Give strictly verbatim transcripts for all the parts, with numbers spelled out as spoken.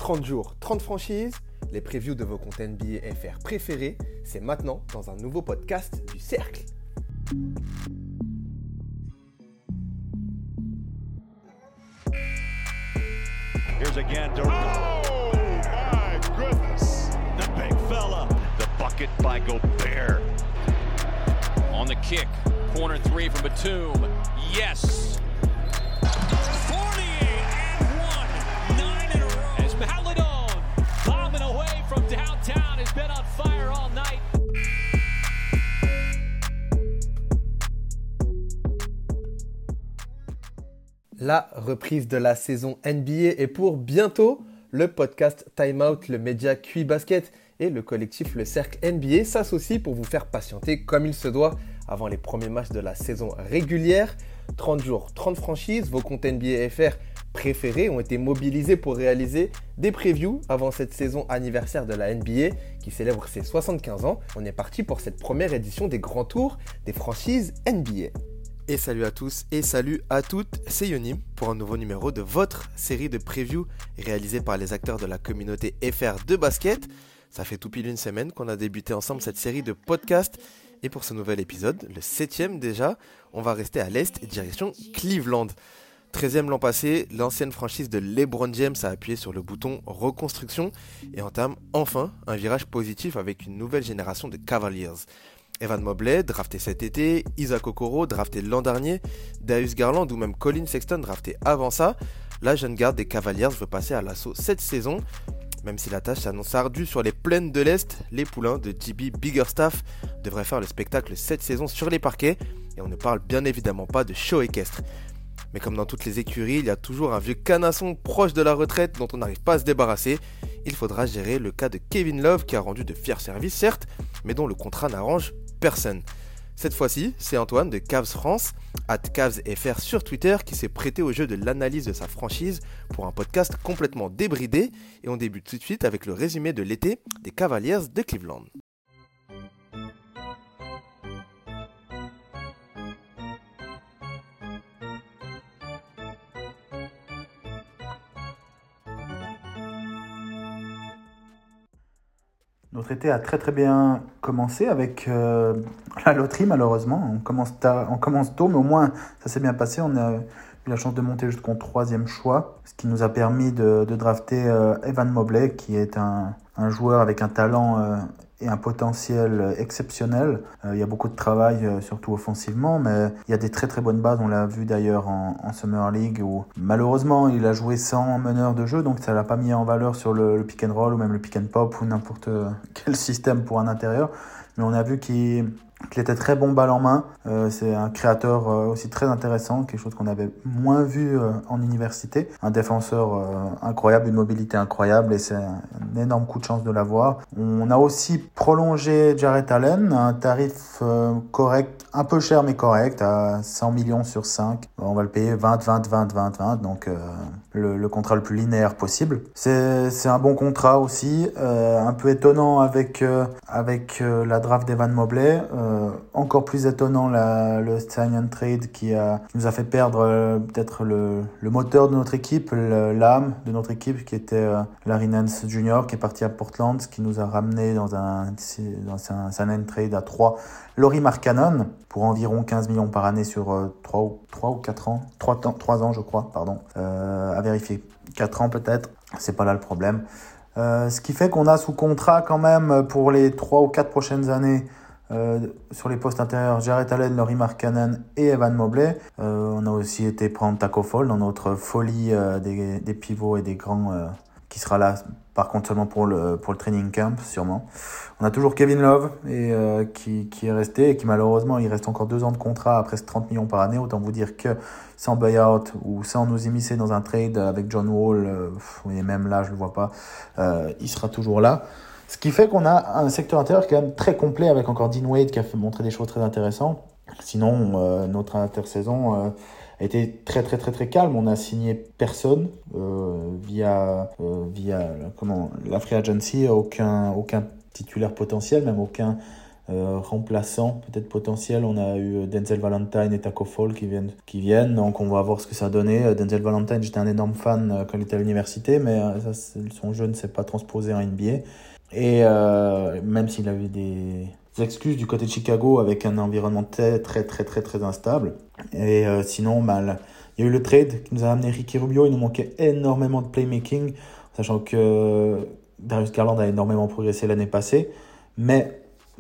trente jours, trente franchises, les previews de vos comptes N B A F R préférés, c'est maintenant dans un nouveau podcast du Cercle. Here's again to oh my goodness, the big fella, the bucket by Gobert. On the kick, corner three from Batum, yes. forty-eight and one, nine in a row. As Maledon bombing away from downtown has been on fire all night. La reprise de la saison N B A est pour bientôt. Le podcast Time Out, le média Q I Basket et le collectif Le Cercle N B A s'associent pour vous faire patienter comme il se doit avant les premiers matchs de la saison régulière. trente jours, trente franchises, vos comptes N B A F R préférés ont été mobilisés pour réaliser des previews avant cette saison anniversaire de la N B A qui célèbre ses soixante-quinze ans. On est parti pour cette première édition des grands tours des franchises N B A. Et salut à tous et salut à toutes, c'est Yonim pour un nouveau numéro de votre série de previews réalisée par les acteurs de la communauté F R de basket. Ça fait tout pile une semaine qu'on a débuté ensemble cette série de podcasts et pour ce nouvel épisode, le septième déjà, on va rester à l'est et direction Cleveland. treizième l'an passé, l'ancienne franchise de LeBron James a appuyé sur le bouton reconstruction et entame enfin un virage positif avec une nouvelle génération de Cavaliers. Evan Mobley, drafté cet été, Isaac Okoro, drafté l'an dernier, Darius Garland ou même Colin Sexton, drafté avant ça, la jeune garde des Cavaliers veut passer à l'assaut cette saison. Même si la tâche s'annonce ardue sur les plaines de l'Est, les poulains de J B Biggerstaff devraient faire le spectacle cette saison sur les parquets, et on ne parle bien évidemment pas de show équestre. Mais comme dans toutes les écuries, il y a toujours un vieux canasson proche de la retraite dont on n'arrive pas à se débarrasser. Il faudra gérer le cas de Kevin Love qui a rendu de fiers services certes, mais dont le contrat n'arrange personne. Cette fois-ci, c'est Antoine de Cavs France, arobase Cavs F R sur Twitter, qui s'est prêté au jeu de l'analyse de sa franchise pour un podcast complètement débridé. Et on débute tout de suite avec le résumé de l'été des Cavaliers de Cleveland. Notre été a très très bien commencé avec euh, la loterie malheureusement. On commence, tard, on commence tôt, mais au moins ça s'est bien passé. On a eu la chance de monter jusqu'au troisième choix, ce qui nous a permis de, de drafter euh, Evan Mobley, qui est un, un joueur avec un talent euh, et un potentiel exceptionnel. Euh, il y a beaucoup de travail, euh, surtout offensivement, mais il y a des très très bonnes bases. On l'a vu d'ailleurs en, en Summer League où malheureusement il a joué sans meneur de jeu, donc ça l'a pas mis en valeur sur le, le pick and roll ou même le pick and pop ou n'importe quel système pour un intérieur. Mais on a vu qu'il, qu'il était très bon balle en main. Euh, c'est un créateur euh, aussi très intéressant, quelque chose qu'on avait moins vu euh, en université. Un défenseur euh, incroyable, une mobilité incroyable et c'est un, un énorme coup de chance de l'avoir. On a aussi prolongé Jarrett Allen à un tarif euh, correct, un peu cher mais correct, à cent millions sur cinq. On va le payer vingt, vingt, vingt, vingt, vingt, donc euh, le, le contrat le plus linéaire possible. C'est, c'est un bon contrat aussi, euh, un peu étonnant avec, euh, avec euh, la draft d'Evan Mobley. Euh, encore plus étonnant la, le sign and trade qui, a, qui nous a fait perdre euh, peut-être le, le moteur de notre équipe, le, l'âme de notre équipe qui était euh, Larry Nance junior qui est parti à Portland, ce qui nous a ramené dans un, dans un sign and trade à trois Lauri Markkanen pour environ quinze millions par année sur euh, trois ou quatre ans, trois ans je crois, pardon, euh, à vérifier, quatre ans peut-être, c'est pas là le problème. Euh, ce qui fait qu'on a sous contrat quand même pour les trois ou quatre prochaines années euh, sur les postes intérieurs Jarrett Allen, Lauri Markkanen et Evan Mobley. Euh, on a aussi été prendre Taco Fall dans notre folie euh, des, des pivots et des grands euh, qui sera là par contre seulement pour le, pour le training camp sûrement. On a toujours Kevin Love et, euh, qui, qui est resté et qui malheureusement il reste encore deux ans de contrat à presque trente millions par année. Autant vous dire que sans buyout ou sans nous immiscer dans un trade avec John Wall, euh, et même là je le vois pas, euh, il sera toujours là. Ce qui fait qu'on a un secteur intérieur qui est quand même très complet avec encore Dean Wade qui a fait montrer des choses très intéressantes. Sinon euh, notre intersaison euh, a été très très très très calme. On a signé personne euh, via euh, via comment la free agency, aucun aucun titulaire potentiel, même aucun euh, remplaçants peut-être potentiels. On a eu Denzel Valentine et Taco Fall qui viennent, qui viennent, donc on va voir ce que ça a donné. Denzel Valentine, j'étais un énorme fan quand il était à l'université, mais ça, son jeu ne s'est pas transposé en N B A. Et euh, même s'il avait des excuses du côté de Chicago avec un environnement très très très très, très instable. Et euh, sinon, bah, là, il y a eu le trade qui nous a amené Ricky Rubio. Il nous manquait énormément de playmaking, sachant que Darius Garland a énormément progressé l'année passée, mais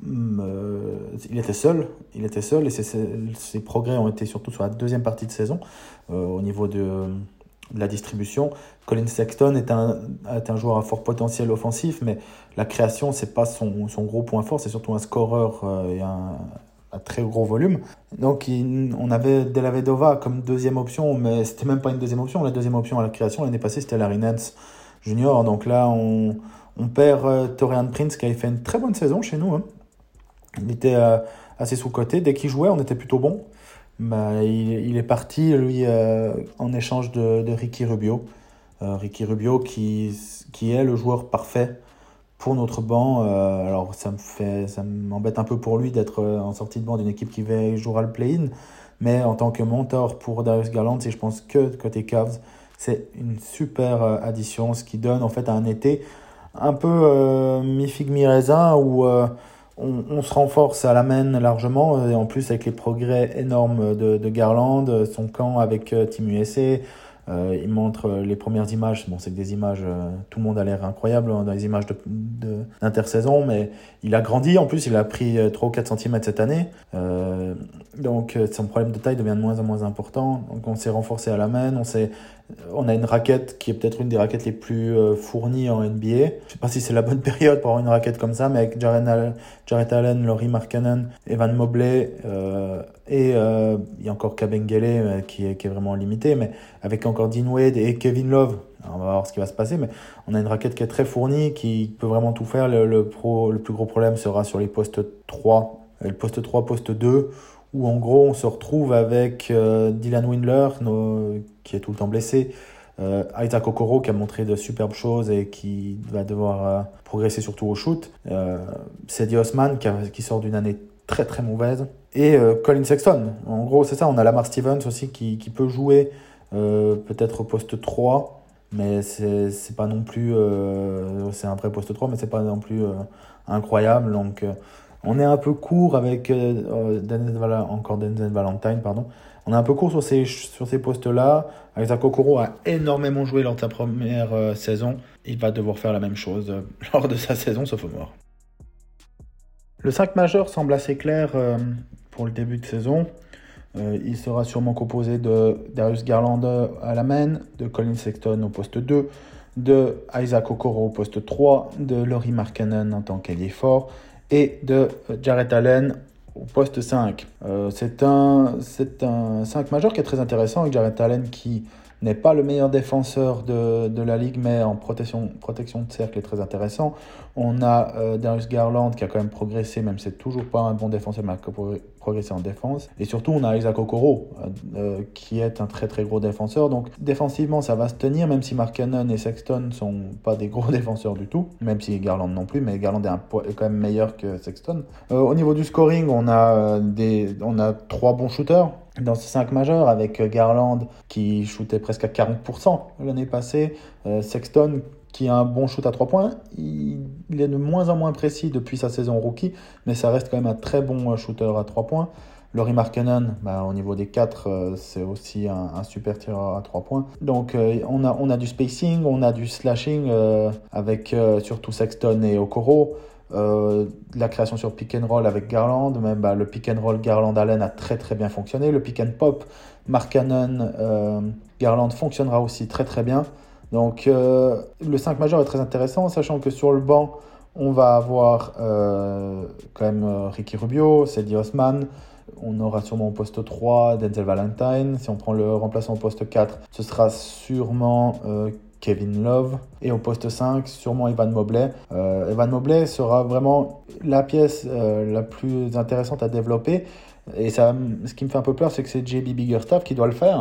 euh, il était seul, il était seul et ses, ses progrès ont été surtout sur la deuxième partie de saison euh, au niveau de, de la distribution. Colin Sexton est un, est un joueur à fort potentiel offensif, mais la création, c'est pas son, son gros point fort, c'est surtout un scoreur euh, et un, un très gros volume. Donc il, on avait Della Vedova comme deuxième option, mais c'était même pas une deuxième option. La deuxième option à la création l'année passée, c'était Larry Nance Junior. Donc là, on, on perd euh, Taurean Prince qui avait fait une très bonne saison chez nous. Hein. Il était euh, assez sous-coté. Dès qu'il jouait, on était plutôt bon. Bah, il, il est parti, lui, euh, en échange de, de Ricky Rubio. Euh, Ricky Rubio qui, qui est le joueur parfait pour notre banc. Euh, alors ça me fait, ça m'embête un peu pour lui d'être en sortie de banc d'une équipe qui jouera le play-in, mais en tant que mentor pour Darius Garland, je pense que côté Cavs, c'est une super addition, ce qui donne en fait un été un peu euh, mi-figue mi-raisin où euh, on, on se renforce à la main largement, et en plus avec les progrès énormes de, de Garland, son camp avec euh, Team U S A. Euh, il montre les premières images. Bon, c'est que des images, euh, tout le monde a l'air incroyable hein, dans les images de, de, d'intersaison, mais il a grandi. En plus, il a pris trois ou quatre centimètres cette année. Euh, donc, son problème de taille devient de moins en moins important. Donc, on s'est renforcé à la main. On, s'est, on a une raquette qui est peut-être une des raquettes les plus euh, fournies en N B A. Je ne sais pas si c'est la bonne période pour avoir une raquette comme ça, mais avec Jarrett Allen, Jarrett Allen Lauri Markkanen, Evan Mobley, euh, et euh, il y a encore Kabengele euh, qui, est, qui est vraiment limité, mais avec encore Dean Wade et Kevin Love. Alors, on va voir ce qui va se passer, mais on a une raquette qui est très fournie, qui peut vraiment tout faire. Le, le, pro, le plus gros problème sera sur les postes trois, le poste trois, poste deux, où en gros on se retrouve avec euh, Dylan Windler, no, qui est tout le temps blessé, euh, Isaac Okoro qui a montré de superbes choses et qui va devoir euh, progresser surtout au shoot, euh, Cedi Osman qui, a, qui sort d'une année très très mauvaise, et euh, Colin Sexton. En gros c'est ça, on a Lamar Stevens aussi qui, qui peut jouer euh, peut-être au poste trois, mais c'est, c'est pas non plus euh, c'est un vrai poste trois, mais c'est pas non plus euh, incroyable. Donc euh, on est un peu court avec euh, Denzel Val- encore Denzel Valentine, pardon. On est un peu court sur ces, sur ces postes-là. Isaac Okoro a énormément joué lors de sa première euh, saison. Il va devoir faire la même chose euh, lors de sa saison sophomore. Le cinq majeur semble assez clair euh, pour le début de saison. Euh, il sera sûrement composé de Darius Garland à la main, de Colin Sexton au poste deux, de Isaac Okoro au poste trois, de Lauri Markkanen en tant qu'ailier fort, et de Jarrett Allen au poste cinq. Euh, c'est un, c'est un cinq majeur qui est très intéressant, avec Jarrett Allen qui n'est pas le meilleur défenseur de, de la ligue, mais en protection, protection de cercle est très intéressant. On a euh, Darius Garland qui a quand même progressé, même si c'est toujours pas un bon défenseur, mais a progressé en défense. Et surtout, on a Isaac Okoro euh, qui est un très très gros défenseur. Donc défensivement, ça va se tenir, même si Markkanen et Sexton sont pas des gros défenseurs du tout, même si Garland non plus, mais Garland est, un, est quand même meilleur que Sexton. Euh, au niveau du scoring, on a, des, on a trois bons shooters dans ces cinq majeurs, avec Garland qui shootait presque à quarante pour cent l'année passée, euh, Sexton qui a un bon shoot à trois points, il, il est de moins en moins précis depuis sa saison rookie, mais ça reste quand même un très bon shooter à trois points. Lauri Markkanen, bah, au niveau des quatre, euh, c'est aussi un, un super tireur à trois points. Donc euh, on, a, on a du spacing, on a du slashing euh, avec euh, surtout Sexton et Okoro. Euh, la création sur pick and roll avec Garland, même bah, le pick and roll Garland-Allen a très très bien fonctionné. Le pick and pop Markkanen euh, Garland fonctionnera aussi très très bien. Donc euh, le cinq majeur est très intéressant, sachant que sur le banc on va avoir euh, quand même euh, Ricky Rubio, Cedi Osman. On aura sûrement au poste trois Denzel Valentine. Si on prend le remplaçant au poste quatre, ce sera sûrement euh, Kevin Love. Et au poste cinq, sûrement Evan Mobley. Euh, Evan Mobley sera vraiment la pièce euh, la plus intéressante à développer. Et ça, ce qui me fait un peu peur, c'est que c'est J B Biggerstaff qui doit le faire.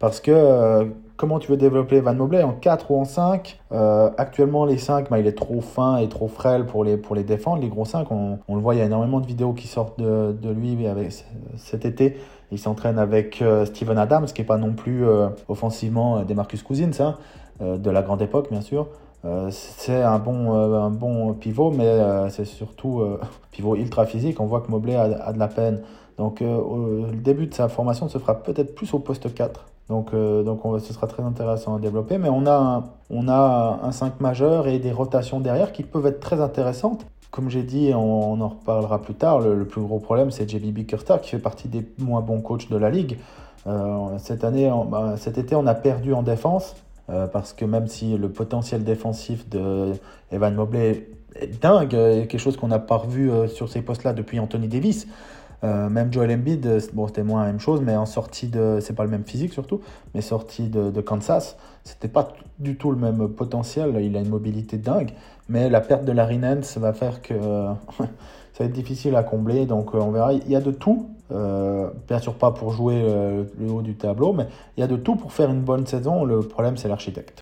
Parce que euh, comment tu veux développer Evan Mobley en quatre ou en cinq? euh, Actuellement, les cinq, bah, il est trop fin et trop frêle pour les, pour les défendre. Les gros cinq, on, on le voit, il y a énormément de vidéos qui sortent de, de lui avec, cet été. Il s'entraîne avec euh, Steven Adams, qui n'est pas non plus euh, offensivement euh, des Marcus Cousins, hein, euh, de la grande époque, bien sûr. Euh, c'est un bon, euh, un bon pivot, mais euh, c'est surtout euh, pivot ultra physique. On voit que Mobley a, a de la peine. Donc, euh, au, le début de sa formation se fera peut-être plus au poste quatre. Donc, euh, donc on, ce sera très intéressant à développer. Mais on a, un, on a un cinq majeur et des rotations derrière qui peuvent être très intéressantes. Comme j'ai dit, on, on en reparlera plus tard. Le, le plus gros problème, c'est J B Bickerstaff qui fait partie des moins bons coachs de la ligue. Euh, cette année, on, bah, cet été, on a perdu en défense. Euh, parce que même si le potentiel défensif de Evan Mobley est dingue, quelque chose qu'on n'a pas revu euh, sur ces postes-là depuis Anthony Davis, euh, même Joel Embiid, bon, c'était moins la même chose, mais en sortie de, c'est pas le même physique surtout, mais sortie de, de Kansas, c'était pas du tout le même potentiel. Il a une mobilité dingue, mais la perte de Larry Nance va faire que euh, ça va être difficile à combler, donc euh, on verra. Il y a de tout. Euh, bien sûr pas pour jouer euh, le haut du tableau, mais il y a de tout pour faire une bonne saison. Le problème, c'est l'architecte.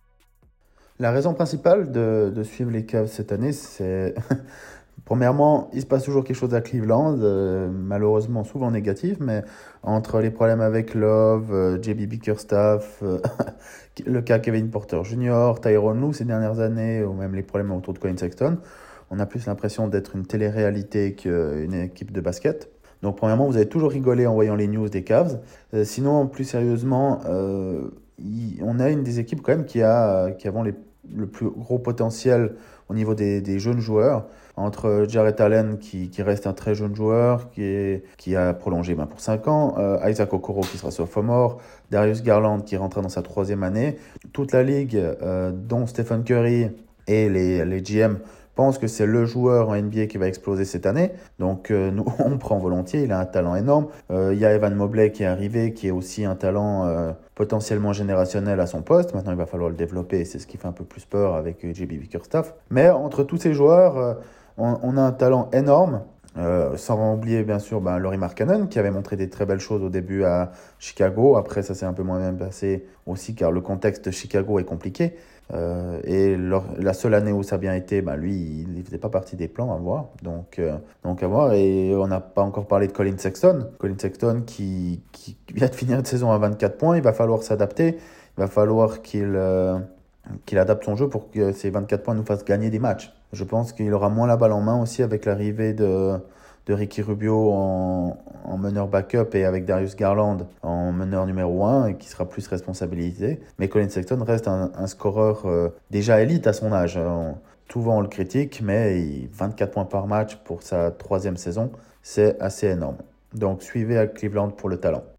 La raison principale de, de suivre les Cavs cette année, c'est premièrement, il se passe toujours quelque chose à Cleveland, euh, malheureusement souvent négatif, mais entre les problèmes avec Love, euh, J B Bickerstaff, euh, le cas Kevin Porter Junior, Tyronn Lue ces dernières années, ou même les problèmes autour de Collin Sexton, on a plus l'impression d'être une télé-réalité qu'une équipe de basket. Donc premièrement, vous avez toujours rigolé en voyant les news des Cavs. Euh, sinon, plus sérieusement, euh, y, on a une des équipes quand même qui a, qui a les, le plus gros potentiel au niveau des, des jeunes joueurs. Entre Jarrett Allen, qui, qui reste un très jeune joueur, qui, est, qui a prolongé ben, pour cinq ans, euh, Isaac Okoro qui sera sophomore, Darius Garland qui rentrera dans sa troisième année. Toute la ligue, euh, dont Stephen Curry et les, les G M, pense que c'est le joueur en N B A qui va exploser cette année. Donc euh, nous, on prend volontiers, il a un talent énorme. Euh, il y a Evan Mobley qui est arrivé, qui est aussi un talent euh, potentiellement générationnel à son poste. Maintenant, il va falloir le développer, c'est ce qui fait un peu plus peur avec J B Bickerstaff. Mais entre tous ces joueurs, euh, on, on a un talent énorme. Euh, sans oublier bien sûr ben, Lauri Markkanen qui avait montré des très belles choses au début à Chicago. Après, ça s'est un peu moins bien passé aussi car le contexte de Chicago est compliqué. Euh, et leur, la seule année où ça a bien été, ben lui, il ne faisait pas partie des plans à voir. Donc, euh, donc à voir. Et on n'a pas encore parlé de Collin Sexton. Collin Sexton qui, qui vient de finir une saison à vingt-quatre points. Il va falloir s'adapter. Il va falloir qu'il, euh, qu'il adapte son jeu pour que ces vingt-quatre points nous fassent gagner des matchs. Je pense qu'il aura moins la balle en main aussi avec l'arrivée de, de Ricky Rubio en, en meneur backup et avec Darius Garland en meneur numéro un et qui sera plus responsabilisé. Mais Collin Sexton reste un, un scoreur euh, déjà élite à son âge. On, souvent on le critique, mais il, vingt-quatre points par match pour sa troisième saison, c'est assez énorme. Donc suivez à Cleveland pour le talent.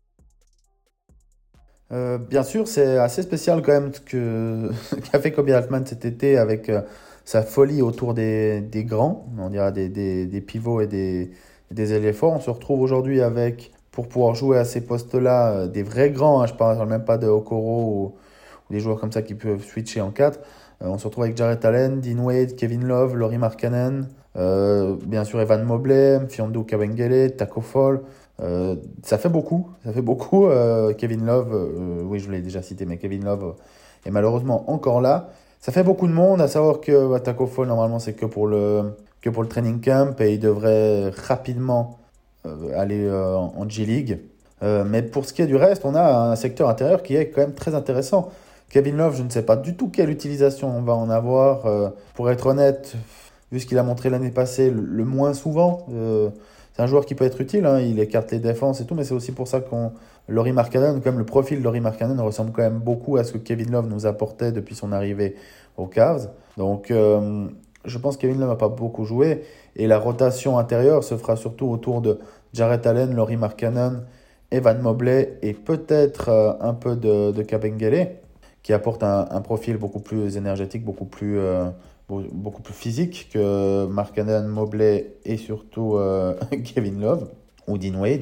Euh, bien sûr, c'est assez spécial quand même ce que qu'a fait Kobe Altman cet été avec euh, sa folie autour des, des grands, on dirait des, des, des pivots et des, des ailiers forts. On se retrouve aujourd'hui avec, pour pouvoir jouer à ces postes-là, des vrais grands. Hein, je ne parle même pas de Okoro ou, ou des joueurs comme ça qui peuvent switcher en quatre. Euh, on se retrouve avec Jarrett Allen, Dean Wade, Kevin Love, Lauri Markkanen, euh, bien sûr Evan Mobley, Mfiondu Kabengele, Taco Fall. Euh, ça fait beaucoup, ça fait beaucoup. Euh, Kevin Love, euh, oui je l'ai déjà cité, mais Kevin Love est malheureusement encore là. Ça fait beaucoup de monde, à savoir que bah, Taco Fall, normalement, c'est que pour le, que pour le training camp et il devrait rapidement euh, aller euh, en G-League. Euh, mais pour ce qui est du reste, on a un secteur intérieur qui est quand même très intéressant. Kevin Love, je ne sais pas du tout quelle utilisation on va en avoir. Euh, pour être honnête, vu ce qu'il a montré l'année passée, le, le moins souvent. Euh, c'est un joueur qui peut être utile, hein, il écarte les défenses et tout, mais c'est aussi pour ça qu'on... Lauri Markkanen, comme le profil de Lauri Markkanen ressemble quand même beaucoup à ce que Kevin Love nous apportait depuis son arrivée aux Cavs. Donc, euh, je pense que Kevin Love n'a pas beaucoup joué. Et la rotation intérieure se fera surtout autour de Jarrett Allen, Lauri Markkanen, Evan Mobley et peut-être euh, un peu de, de Kabengele, qui apporte un, un profil beaucoup plus énergétique, beaucoup plus, euh, beaucoup plus physique que Markkanen, Mobley et surtout euh, Kevin Love ou Dean Wade.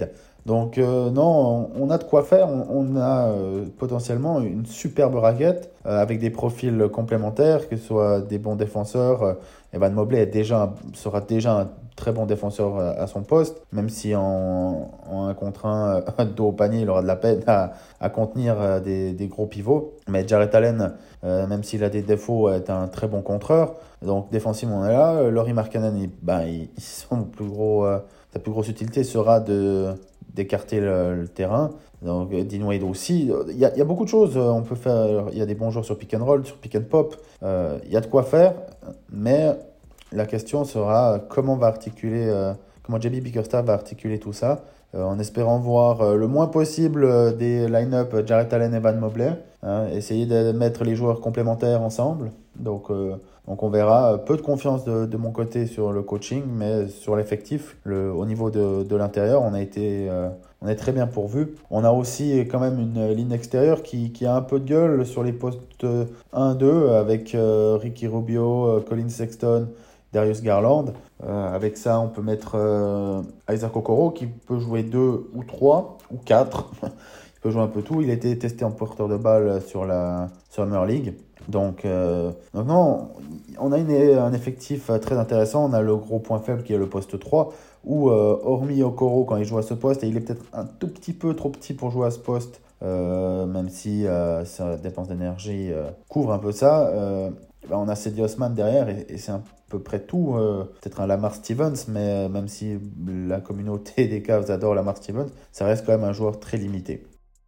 Donc euh, non, on, on a de quoi faire, on, on a euh, potentiellement une superbe raquette euh, avec des profils complémentaires, que ce soit des bons défenseurs. Euh, Evan Mobley est déjà, sera déjà un très bon défenseur à, à son poste, même si en, en un contre un, euh, dos au panier, il aura de la peine à, à contenir euh, des, des gros pivots. Mais Jarrett Allen, euh, même s'il a des défauts, est un très bon contreur. Donc défensivement, on est là. Lauri Markkanen, il, ben, il, son plus gros, euh, sa plus grosse utilité sera de... d'écarter le, le terrain. Donc Dean Wade aussi. Il y, a, il y a beaucoup de choses. On peut faire. Il y a des bons joueurs sur pick and roll, sur pick and pop. Euh, il y a de quoi faire, mais la question sera comment va articuler, euh, comment J B Bickerstaff va articuler tout ça, euh, en espérant voir euh, le moins possible euh, des line-up Jarrett Allen et Evan Mobley. Hein, essayer de mettre les joueurs complémentaires ensemble. Donc euh, Donc on verra. Peu de confiance de, de mon côté sur le coaching, mais sur l'effectif, le, au niveau de, de l'intérieur, on a été, euh, on est très bien pourvu. On a aussi quand même une ligne extérieure qui, qui a un peu de gueule sur les postes un deux avec euh, Ricky Rubio, euh, Colin Sexton, Darius Garland. Euh, avec ça, on peut mettre euh, Isaac Okoro qui peut jouer deux ou trois ou quatre. Il peut jouer un peu tout. Il a été testé en porteur de balle sur la Summer League. Donc, euh, donc non, on a une, un effectif très intéressant. On a le gros point faible qui est le poste trois, où euh, hormis Okoro quand il joue à ce poste, et il est peut-être un tout petit peu trop petit pour jouer à ce poste, euh, même si euh, sa dépense d'énergie euh, couvre un peu ça, euh, ben on a Cedi Osman derrière, et, et c'est à peu près tout. Euh, peut-être un Lamar Stevens, mais même si la communauté des Cavs adore Lamar Stevens, ça reste quand même un joueur très limité.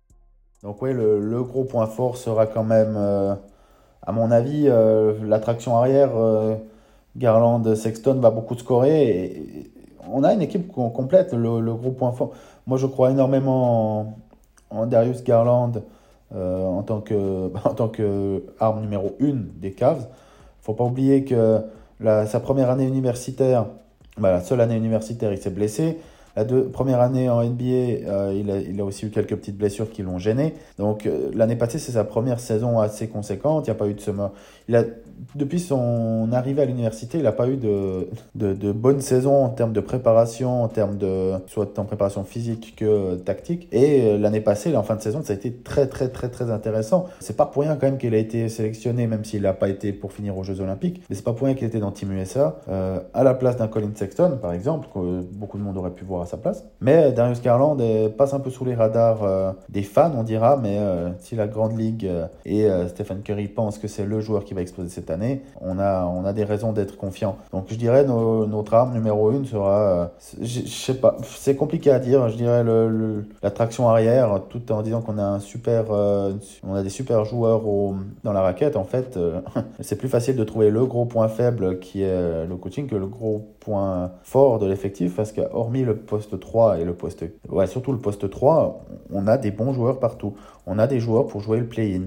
Donc oui, le, le gros point fort sera quand même... Euh, À mon avis, euh, l'attraction arrière, euh, Garland, Sexton va beaucoup scorer. Et, et on a une équipe complète, le, le gros point fort. Moi, je crois énormément en, en Darius Garland euh, en tant que, en tant que arme numéro une des Cavs. Il ne faut pas oublier que la, sa première année universitaire, bah, la seule année universitaire, il s'est blessé. La deux, première année en N B A, euh, il, a, il a aussi eu quelques petites blessures qui l'ont gêné. Donc euh, l'année passée, c'est sa première saison assez conséquente. Il n'y a pas eu de summer. Il a, depuis son arrivée à l'université, il n'a pas eu de, de, de bonne saison en termes de préparation, en termes de soit en préparation physique que tactique. Et euh, l'année passée, en fin de saison, ça a été très très très très intéressant. C'est pas pour rien quand même qu'il a été sélectionné, même s'il n'a pas été pour finir aux Jeux Olympiques. Mais c'est pas pour rien qu'il était dans Team U S A euh, à la place d'un Colin Sexton, par exemple, que beaucoup de monde aurait pu voir à sa place. Mais Darius Garland euh, passe un peu sous les radars euh, des fans, on dira, mais euh, si la Grande Ligue euh, et euh, Stephen Curry pensent que c'est le joueur qui va exploser cette année, on a, on a des raisons d'être confiants. Donc je dirais nos, notre arme numéro une sera, euh, je, je sais pas, c'est compliqué à dire, je dirais le, le, la traction arrière, tout en disant qu'on a un super, euh, on a des super joueurs au, dans la raquette. En fait, euh, c'est plus facile de trouver le gros point faible qui est le coaching que le gros point fort de l'effectif, parce que hormis le poste trois et le poste, ouais, surtout le poste trois, on a des bons joueurs partout. On a des joueurs pour jouer le play-in.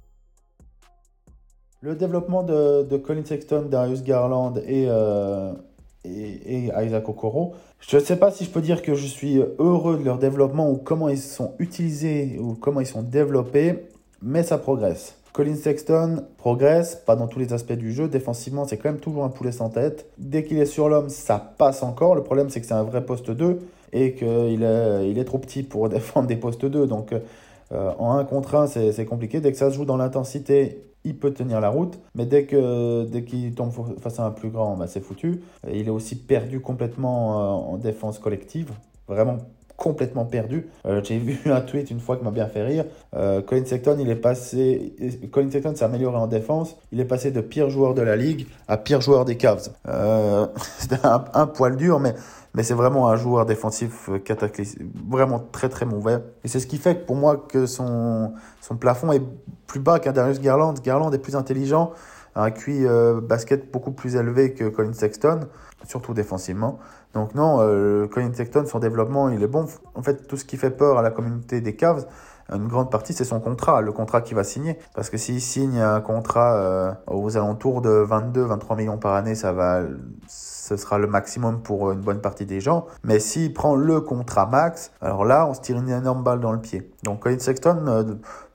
Le développement de, de Colin Sexton, Darius Garland et, euh, et, et Isaac Okoro, je ne sais pas si je peux dire que je suis heureux de leur développement ou comment ils sont utilisés ou comment ils sont développés, mais ça progresse. Colin Sexton progresse, pas dans tous les aspects du jeu. Défensivement, c'est quand même toujours un poulet sans tête. Dès qu'il est sur l'homme, ça passe encore. Le problème, c'est que c'est un vrai poste deux et qu'il est, il est trop petit pour défendre des postes deux. Donc, euh, en un contre un, c'est, c'est compliqué. Dès que ça se joue dans l'intensité, il peut tenir la route. Mais dès, que, dès qu'il tombe face à un plus grand, bah, c'est foutu. Il est aussi perdu complètement en défense collective. Vraiment complètement perdu. Euh, j'ai vu un tweet une fois qui m'a bien fait rire. Euh, Colin Sexton, il est passé. Colin Sexton s'est amélioré en défense. Il est passé de pire joueur de la ligue à pire joueur des Cavs. Euh, c'est un, un poil dur, mais mais c'est vraiment un joueur défensif cataclysmique, vraiment très très mauvais. Et c'est ce qui fait que pour moi que son son plafond est plus bas qu'un Darius Garland. Garland est plus intelligent, a un Q I euh, basket beaucoup plus élevé que Colin Sexton, surtout défensivement. Donc non, euh, Colin Sexton, son développement, il est bon. En fait, tout ce qui fait peur à la communauté des Cavs, une grande partie, c'est son contrat, le contrat qu'il va signer. Parce que s'il signe un contrat euh, aux alentours de vingt-deux à vingt-trois millions par année, ça va, ce sera le maximum pour une bonne partie des gens. Mais s'il prend le contrat max, alors là, on se tire une énorme balle dans le pied. Donc Colin Sexton, euh,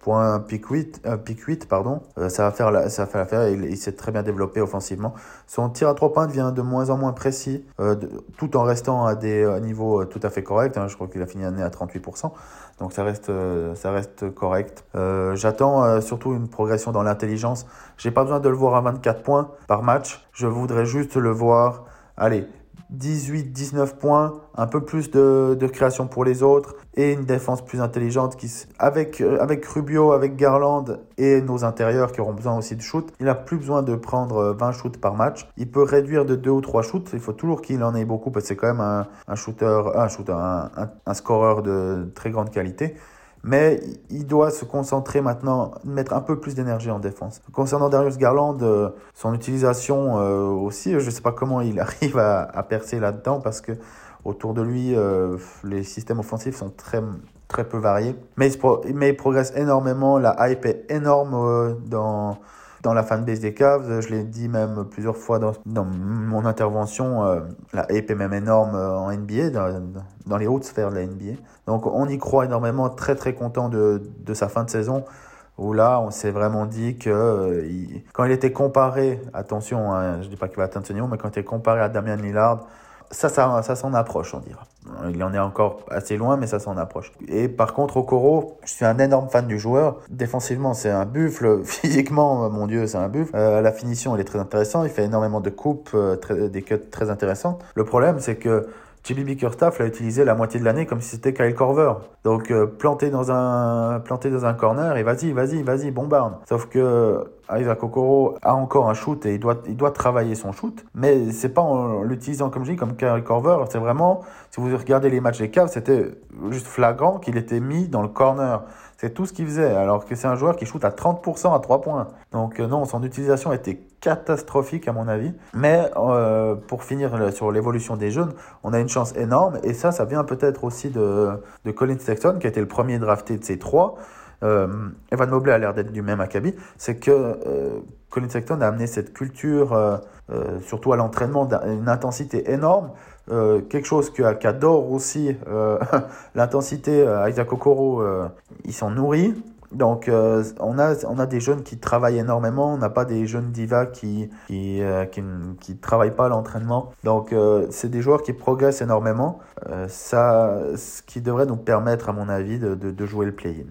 pour un pick huit, euh, pick huit pardon, euh, ça va faire la, ça va faire l'affaire. Il, il s'est très bien développé offensivement. Son tir à trois points devient de moins en moins précis, euh, de, tout en restant à des euh, niveaux euh, tout à fait corrects. Hein. Je crois qu'il a fini l'année à trente-huit pour cent. Donc ça reste, euh, ça reste correct. Euh, j'attends euh, surtout une progression dans l'intelligence. J'ai pas besoin de le voir à vingt-quatre points par match. Je voudrais juste le voir, allez, dix-huit dix-neuf points, un peu plus de, de création pour les autres et une défense plus intelligente qui, avec, avec Rubio, avec Garland et nos intérieurs qui auront besoin aussi de shoot. Il n'a plus besoin de prendre vingt shoots par match. Il peut réduire de deux ou trois shoots. Il faut toujours qu'il en ait beaucoup parce que c'est quand même un, un shooter, un, shooter un, un, un scoreur de très grande qualité. Mais il doit se concentrer maintenant, mettre un peu plus d'énergie en défense. Concernant Darius Garland, euh, son utilisation euh, aussi, je ne sais pas comment il arrive à, à percer là-dedans parce que autour de lui, euh, les systèmes offensifs sont très, très peu variés. Mais il, pro- mais il progresse énormément, la hype est énorme euh, dans... dans la fanbase des Cavs. Je l'ai dit même plusieurs fois dans, dans mon intervention, euh, la hype est même énorme euh, en N B A, dans, dans les hautes sphères de la N B A. Donc on y croit énormément, très très content de, de sa fin de saison, où là on s'est vraiment dit que euh, il, quand il était comparé, attention, hein, je ne dis pas qu'il va atteindre ce niveau, mais quand il était comparé à Damian Lillard, ça, ça, ça s'en approche, on dira. Il en est encore assez loin, mais ça s'en approche. Et par contre, Okoro, je suis un énorme fan du joueur. Défensivement, c'est un buffle. Physiquement, mon Dieu, c'est un buffle. Euh, la finition, elle est très intéressante. Il fait énormément de coupes, euh, très, des cuts très intéressantes. Le problème, c'est que J B Bickerstaff l'a utilisé la moitié de l'année comme si c'était Kyle Korver. Donc euh, planté dans un planté dans un corner et vas-y, vas-y, vas-y, bombarde. Sauf que Isaac Okoro a encore un shoot et il doit il doit travailler son shoot, mais c'est pas en l'utilisant comme je dis comme Kyle Korver, c'est vraiment, si vous regardez les matchs des Cavs, c'était juste flagrant qu'il était mis dans le corner. C'est tout ce qu'il faisait, alors que c'est un joueur qui shoot à trente pour cent à trois points. Donc euh, non, son utilisation était catastrophique à mon avis. Mais euh, pour finir là, sur l'évolution des jeunes, on a une chance énorme. Et ça, ça vient peut-être aussi de, de Colin Sexton, qui a été le premier drafté de ces trois. Euh, Evan Mobley a l'air d'être du même acabit. C'est que euh, Colin Sexton a amené cette culture, euh, euh, surtout à l'entraînement, d'une intensité énorme. Euh, quelque chose qu'adore aussi euh, l'intensité, euh, Isaac Okoro, euh, il s'en nourrit. Donc euh, on a on a des jeunes qui travaillent énormément, on n'a pas des jeunes divas qui qui euh, qui qui travaillent pas à l'entraînement. Donc euh, c'est des joueurs qui progressent énormément. Euh, ça, ce qui devrait nous permettre, à mon avis, de de, de jouer le play-in.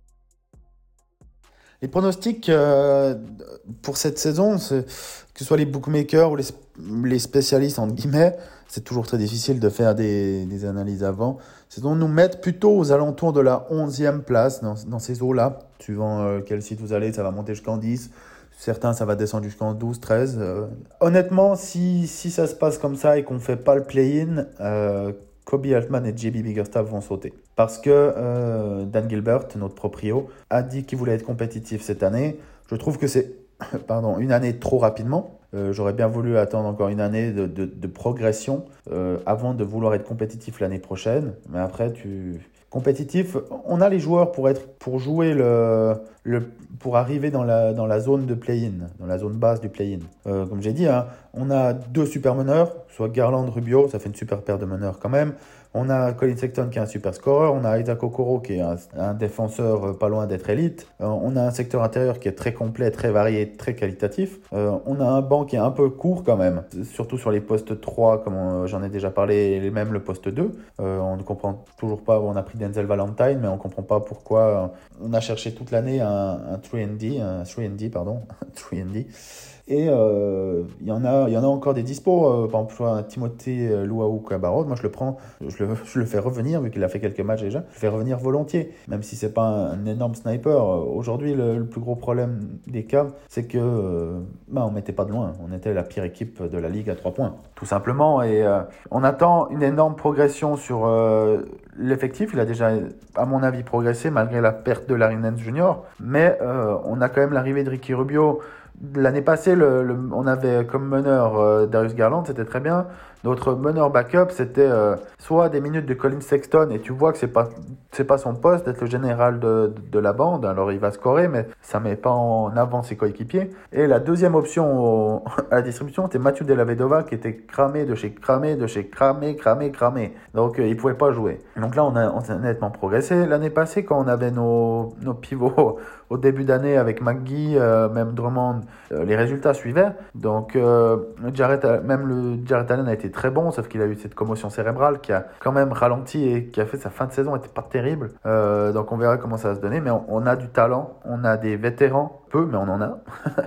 Les pronostics euh, pour cette saison, c'est, que ce soit les bookmakers ou les, les spécialistes, entre guillemets, c'est toujours très difficile de faire des, des analyses avant. C'est donc nous mettre plutôt aux alentours de la onzième place dans, dans ces eaux-là. Suivant euh, quel site vous allez, ça va monter jusqu'en dix. Certains, ça va descendre jusqu'en douze, treize. Euh. Honnêtement, si, si ça se passe comme ça et qu'on ne fait pas le play-in, euh, Kobe Altman et J B Bickerstaff vont sauter. Parce que euh, Dan Gilbert, notre proprio, a dit qu'il voulait être compétitif cette année. Je trouve que c'est pardon, une année trop rapidement. Euh, j'aurais bien voulu attendre encore une année de, de, de progression euh, avant de vouloir être compétitif l'année prochaine. Mais après, tu... compétitif, on a les joueurs pour, être, pour jouer le, le, pour arriver dans la, dans la zone de play-in, dans la zone basse du play-in. Euh, comme j'ai dit, hein, on a deux super meneurs, soit Garland, Rubio, ça fait une super paire de meneurs quand même. On a Colin Sexton qui est un super scoreur, on a Isaac Okoro qui est un, un défenseur pas loin d'être élite, euh, on a un secteur intérieur qui est très complet, très varié, très qualitatif. Euh, on a un banc qui est un peu court quand même, surtout sur les postes trois, comme on, j'en ai déjà parlé, et même le poste deux. Euh, on ne comprend toujours pas, on a pris Denzel Valentine, mais on ne comprend pas pourquoi on a cherché toute l'année un, un trois and D, un trois and D, pardon, trois and D. Et il euh, y en a, il y en a encore des dispos. Euh, par exemple, Timothée Luau Cabarrot, moi je le prends, je le, je le fais revenir vu qu'il a fait quelques matchs déjà. Je le fais revenir volontiers, même si c'est pas un, un énorme sniper. Aujourd'hui, le, le plus gros problème des Cavs, c'est que euh, bah, on mettait pas de loin. On était la pire équipe de la ligue à trois points, tout simplement. Et euh, on attend une énorme progression sur euh, l'effectif. Il a déjà, à mon avis, progressé malgré la perte de Larry Nance Junior Mais euh, on a quand même l'arrivée de Ricky Rubio. L'année passée, le, le, on avait comme meneur euh, Darius Garland, c'était très bien. Notre meneur backup, c'était euh, soit des minutes de Colin Sexton, et tu vois que c'est pas c'est pas son poste d'être le général de, de, de la bande. Alors il va scorer, mais ça met pas en avant ses coéquipiers. Et la deuxième option au, à la distribution, c'était Mathieu Della Vedova, qui était cramé de chez cramé, de chez cramé, cramé, cramé. Donc euh, il pouvait pas jouer. Donc là, on a, on a nettement progressé. L'année passée, quand on avait nos, nos pivots au début d'année avec McGee, euh, même Drummond, euh, les résultats suivaient. Donc euh, Jarrett, même le Jarrett Allen a été très bon, sauf qu'il a eu cette commotion cérébrale qui a quand même ralenti et qui a fait sa fin de saison n'était pas terrible. Euh, donc on verra comment ça va se donner, mais on, on a du talent, on a des vétérans, peu, mais on en a.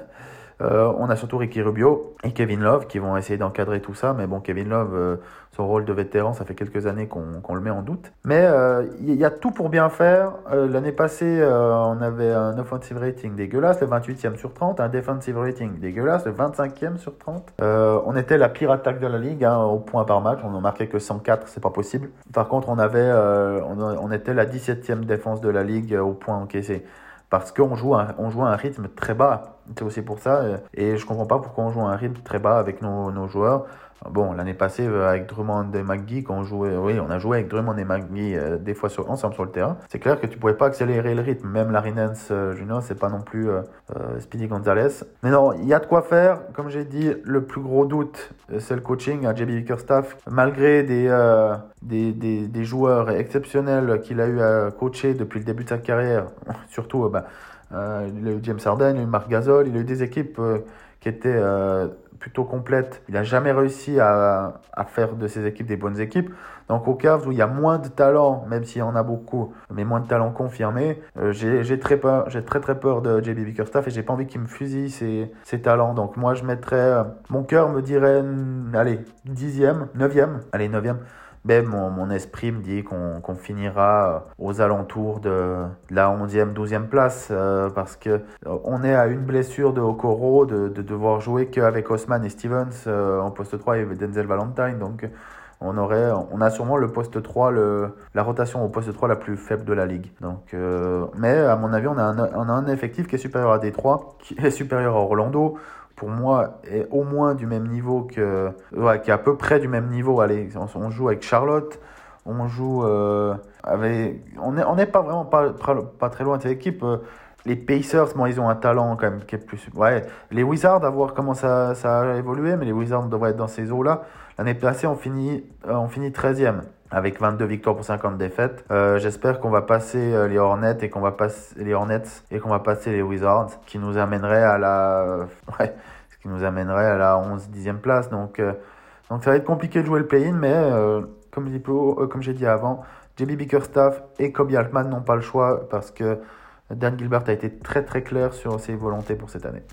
Euh, on a surtout Ricky Rubio et Kevin Love qui vont essayer d'encadrer tout ça. Mais bon, Kevin Love, euh, son rôle de vétéran, ça fait quelques années qu'on, qu'on le met en doute. Mais il euh, y, y a tout pour bien faire. Euh, l'année passée, euh, on avait un offensive rating dégueulasse, le vingt-huitième sur trente. Un defensive rating dégueulasse, le vingt-cinquième sur trente. Euh, on était la pire attaque de la ligue, hein, au point par match. On n'en marquait que cent quatre, c'est pas possible. Par contre, on, avait, euh, on, on était la dix-septième défense de la ligue euh, au point encaissé. Parce qu'on joue un, on joue à un rythme très bas. C'est aussi pour ça. Et je comprends pas pourquoi on joue à un rythme très bas avec nos, nos joueurs. Bon, l'année passée, avec Drummond et McGee, quand on jouait, oui, on a joué avec Drummond et McGee euh, des fois sur, ensemble sur le terrain. C'est clair que tu pouvais pas accélérer le rythme. Même Larry Nance euh, Junior, c'est pas non plus euh, euh, Speedy Gonzalez. Mais non, il y a de quoi faire. Comme j'ai dit, le plus gros doute, c'est le coaching à J B Bickerstaff. Malgré des, euh, des, des, des joueurs exceptionnels qu'il a eu à coacher depuis le début de sa carrière, surtout, euh, bah, euh, il a eu James Harden, il a eu Marc Gasol, il a eu des équipes euh, qui étaient euh, plutôt complètes. Il n'a jamais réussi à, à faire de ces équipes des bonnes équipes. Donc au Cavs où il y a moins de talent, même s'il y en a beaucoup, mais moins de talent confirmé, euh, j'ai, j'ai, très peur, j'ai très très peur de J B Bickerstaff et j'ai pas envie qu'il me fusille ses, ses talents. Donc moi je mettrais, euh, mon cœur me dirait, allez, dixième, neuvième, allez, neuvième. Ben, mon, mon esprit me dit qu'on, qu'on finira aux alentours de la onzième, douzième place euh, parce que euh, on est à une blessure de Okoro de, de devoir jouer qu'avec Osman et Stevens euh, en poste trois et Denzel Valentine. Donc on aurait, on a sûrement le poste trois, le, la rotation au poste trois la plus faible de la ligue. Donc, euh, mais à mon avis, on a, un, on a un effectif qui est supérieur à Détroit, qui est supérieur à Orlando. Pour moi, est au moins du même niveau que... Ouais, qui est à peu près du même niveau. Allez, on, on joue avec Charlotte, on joue euh, avec... On n'est on est pas vraiment pas, pas très loin de cette équipe. Les Pacers, bon, ils ont un talent quand même qui est plus... Ouais, les Wizards, à voir comment ça, ça a évolué, mais les Wizards devraient être dans ces eaux-là. L'année passée, on finit, on finit treizième. Avec vingt-deux victoires pour cinquante défaites. Euh, j'espère qu'on va passer euh, les Hornets et qu'on va passer les Hornets et qu'on va passer les Wizards, qui nous amènerait à la, euh, ouais, ce qui nous amènerait à la onze dixième place. Donc, euh, donc ça va être compliqué de jouer le play-in, mais euh, comme, dit, euh, comme j'ai dit avant, J B Bickerstaff et Kobe Altman n'ont pas le choix parce que Dan Gilbert a été très très clair sur ses volontés pour cette année.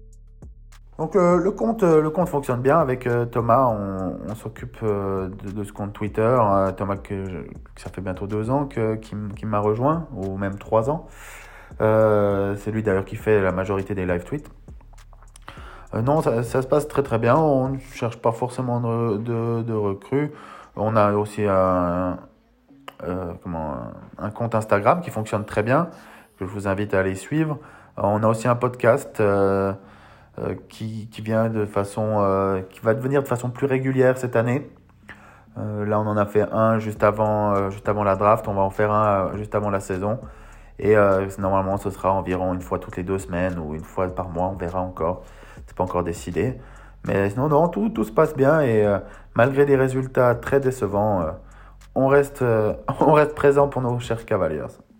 Donc euh, le compte euh, le compte fonctionne bien avec euh, Thomas, on, on s'occupe euh, de, de ce compte Twitter. Euh, Thomas que, je, que ça fait bientôt deux ans que, qui, qui m'a rejoint, ou même trois ans. Euh, c'est lui d'ailleurs qui fait la majorité des live tweets. Euh, non, ça, ça se passe très très bien, on ne cherche pas forcément de, de, de recrues. On a aussi un, euh, comment, un compte Instagram qui fonctionne très bien, que je vous invite à aller suivre. Euh, on a aussi un podcast euh, Euh, qui, qui vient de façon, euh, qui va devenir de façon plus régulière cette année. Euh, là, on en a fait un juste avant, euh, juste avant la draft. On va en faire un euh, juste avant la saison. Et euh, normalement, ce sera environ une fois toutes les deux semaines ou une fois par mois. On verra encore. C'est pas encore décidé. Mais sinon, non, tout, tout se passe bien. Et euh, malgré des résultats très décevants, euh, on reste, euh, on reste présent pour nos chers Cavaliers.